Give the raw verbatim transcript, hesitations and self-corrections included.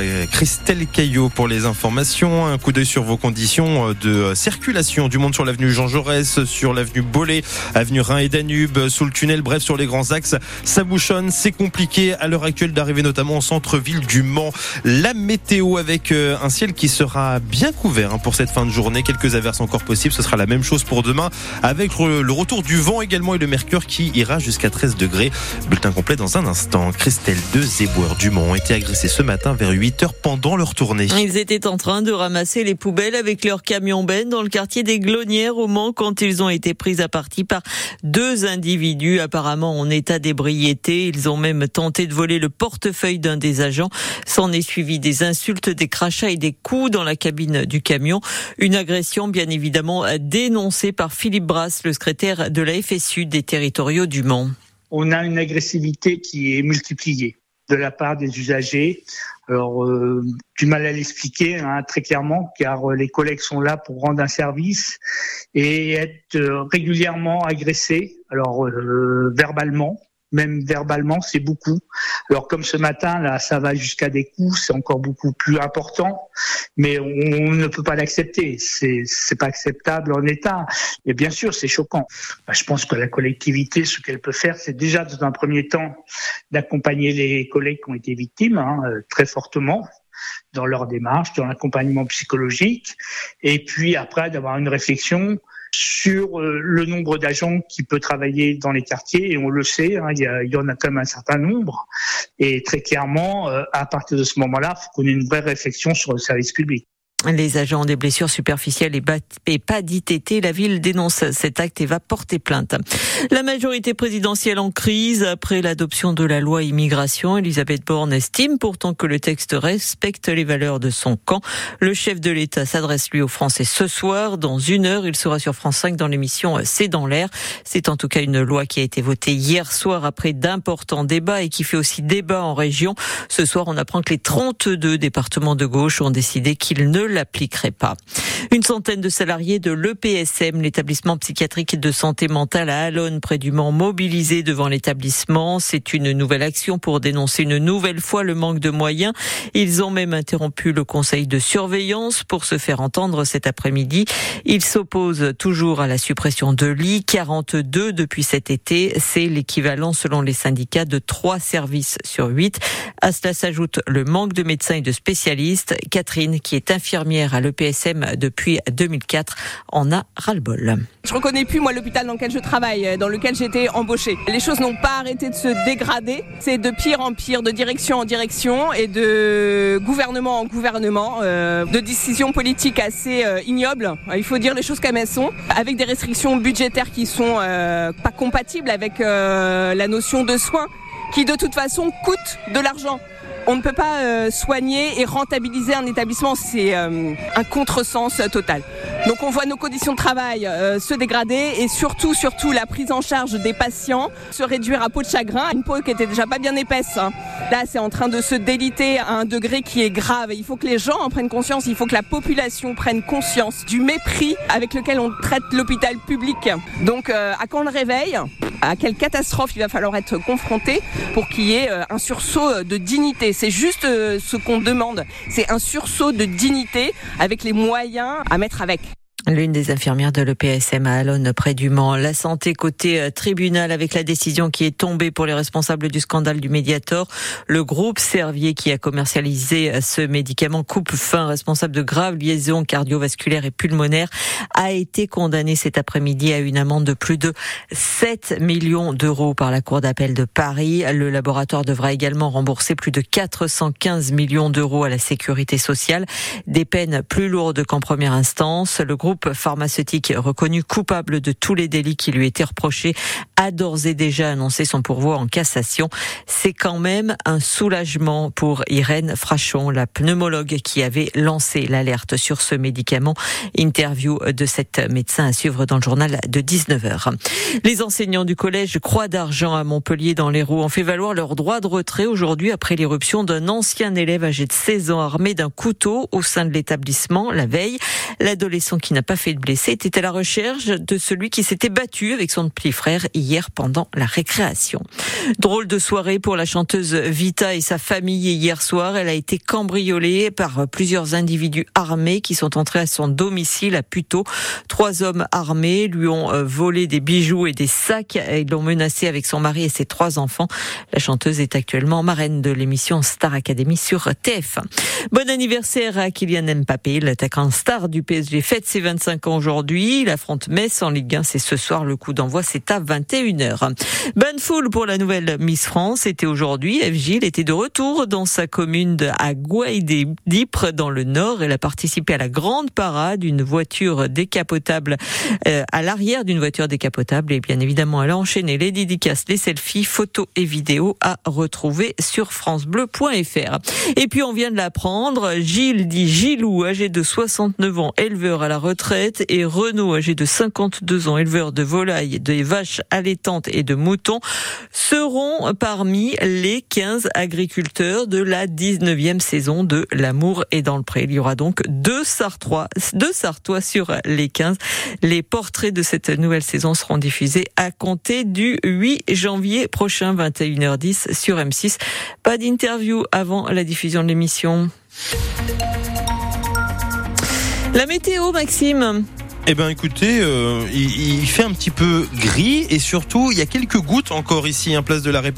Christelle Caillot pour les informations. Un coup d'œil sur vos conditions de circulation. Du monde sur l'avenue Jean Jaurès, sur l'avenue Bollé, avenue Rhin et Danube, sous le tunnel. Bref, sur les grands axes, ça bouchonne. C'est compliqué à l'heure actuelle d'arriver notamment au centre-ville du Mans. La météo avec un ciel qui sera bien couvert pour cette fin de journée. Quelques averses encore possibles. Ce sera la même chose pour demain avec le retour du vent également et le mercure qui ira jusqu'à treize degrés. Bulletin complet dans un instant. Christelle, deux éboueurs du Mans ont été agressés ce matin vers huit heures pendant leur tournée. Ils étaient en train de ramasser les poubelles avec leur camion benne dans le quartier des Glonnières au Mans quand ils ont été pris à partie par deux individus apparemment en état d'ébriété. Ils ont même tenté de voler le portefeuille d'un des agents. S'en est suivi des insultes, des crachats et des coups dans la cabine du camion. Une agression bien évidemment dénoncée par Philippe Brasse, le secrétaire de la F S U des territoriaux du Mans. On a une agressivité qui est multipliée de la part des usagers. Alors, euh, du mal à l'expliquer hein, très clairement, car euh, les collègues sont là pour rendre un service et être euh, régulièrement agressés, alors euh, verbalement. Même verbalement, c'est beaucoup. Alors comme ce matin, là, ça va jusqu'à des coups, c'est encore beaucoup plus important, mais on, on ne peut pas l'accepter. C'est, c'est pas acceptable en état. Et bien sûr, c'est choquant. Bah, je pense que la collectivité, ce qu'elle peut faire, c'est déjà dans un premier temps d'accompagner les collègues qui ont été victimes, hein, très fortement dans leur démarche, dans l'accompagnement psychologique, et puis après d'avoir une réflexion sur le nombre d'agents qui peut travailler dans les quartiers, et on le sait, hein, il, y a, il y en a quand même un certain nombre, et très clairement, à partir de ce moment-là, il faut qu'on ait une vraie réflexion sur le service public. Les agents ont des blessures superficielles et pas d'I T T. La ville dénonce cet acte et va porter plainte. La majorité présidentielle en crise après l'adoption de la loi immigration. Elisabeth Borne estime pourtant que le texte respecte les valeurs de son camp. Le chef de l'État s'adresse lui aux Français ce soir. Dans une heure, il sera sur France cinq dans l'émission C'est dans l'air. C'est en tout cas une loi qui a été votée hier soir après d'importants débats et qui fait aussi débat en région. Ce soir, on apprend que les trente-deux départements de gauche ont décidé qu'ils ne l'appliquerait pas. Une centaine de salariés de l'E P S M, l'établissement psychiatrique de santé mentale à Allonnes, près du Mans, mobilisés devant l'établissement. C'est une nouvelle action pour dénoncer une nouvelle fois le manque de moyens. Ils ont même interrompu le conseil de surveillance pour se faire entendre cet après-midi. Ils s'opposent toujours à la suppression de lits, quarante-deux depuis cet été. C'est l'équivalent, selon les syndicats, de trois services sur huit. À cela s'ajoute le manque de médecins et de spécialistes. Catherine, qui est infirmière à l'E P S M depuis deux mille quatre, en a ras-le-bol. Je reconnais plus, moi, l'hôpital dans lequel je travaille, dans lequel j'ai été embauchée. Les choses n'ont pas arrêté de se dégrader. C'est de pire en pire, de direction en direction et de gouvernement en gouvernement, euh, de décisions politiques assez euh, ignobles. Il faut dire les choses comme elles sont, avec des restrictions budgétaires qui sont euh, pas compatibles avec euh, la notion de soins, qui de toute façon coûtent de l'argent. On ne peut pas euh, soigner et rentabiliser un établissement, c'est euh, un contresens total. Donc on voit nos conditions de travail euh, se dégrader et surtout, surtout la prise en charge des patients se réduire à peau de chagrin, une peau qui était déjà pas bien épaisse. Hein. Là, c'est en train de se déliter à un degré qui est grave. Il faut que les gens en prennent conscience, il faut que la population prenne conscience du mépris avec lequel on traite l'hôpital public. Donc euh, à quand le réveil ? À quelle catastrophe il va falloir être confronté pour qu'il y ait euh, un sursaut de dignité ? C'est juste euh, ce qu'on demande, c'est un sursaut de dignité avec les moyens à mettre avec. L'une des infirmières de l'E P S M à Allonnes, près du Mans. La santé côté tribunal avec la décision qui est tombée pour les responsables du scandale du Mediator. Le groupe Servier qui a commercialisé ce médicament coupe fin, responsable de graves liaisons cardiovasculaires et pulmonaires, a été condamné cet après-midi à une amende de plus de sept millions d'euros par la Cour d'appel de Paris. Le laboratoire devra également rembourser plus de quatre cent quinze millions d'euros à la sécurité sociale. Des peines plus lourdes qu'en première instance. Le groupe pharmaceutique reconnu coupable de tous les délits qui lui étaient reprochés a d'ores et déjà annoncé son pourvoi en cassation. C'est quand même un soulagement pour Irène Frachon, la pneumologue qui avait lancé l'alerte sur ce médicament. Interview de cette médecin à suivre dans le journal de dix-neuf heures. Les enseignants du collège Croix d'Argent à Montpellier dans l'Hérault ont fait valoir leur droit de retrait aujourd'hui après l'irruption d'un ancien élève âgé de seize ans armé d'un couteau au sein de l'établissement la veille. L'adolescent qui n'a n'a pas fait de blessés, était à la recherche de celui qui s'était battu avec son petit frère hier pendant la récréation. Drôle de soirée pour la chanteuse Vita et sa famille hier soir. Elle a été cambriolée par plusieurs individus armés qui sont entrés à son domicile à Puteaux. Trois hommes armés lui ont volé des bijoux et des sacs. Ils l'ont menacée avec son mari et ses trois enfants. La chanteuse est actuellement marraine de l'émission Star Academy sur T F un. Bon anniversaire à Kylian Mbappé, l'attaquant star du P S G fête ses vingt-cinq ans aujourd'hui. Il affronte Metz en Ligue un, c'est ce soir, le coup d'envoi c'est à vingt et une heures. Bonne foule pour la nouvelle Miss France, c'était aujourd'hui. Ève Gilles était de retour dans sa commune de à Gouaille-des-Dipres dans le Nord. Elle a participé à la grande parade d'une voiture décapotable, euh, à l'arrière d'une voiture décapotable et bien évidemment elle a enchaîné les dédicaces, les selfies, photos et vidéos à retrouver sur francebleu point f r. Et puis on vient de l'apprendre, Gilles dit Gilou, âgé de soixante-neuf ans, éleveur à la retraite, et Renaud, âgé de cinquante-deux ans, éleveur de volailles, de vaches allaitantes et de moutons, seront parmi les quinze agriculteurs de la dix-neuvième saison de L'amour est dans le pré. Il y aura donc deux Sartois, deux Sartois sur les quinze. Les portraits de cette nouvelle saison seront diffusés à compter du huit janvier prochain, vingt et une heures dix sur M six. Pas d'interview avant la diffusion de l'émission. La météo, Maxime. Eh ben écoutez, euh, il, il fait un petit peu gris et surtout il y a quelques gouttes encore ici, en place de la République.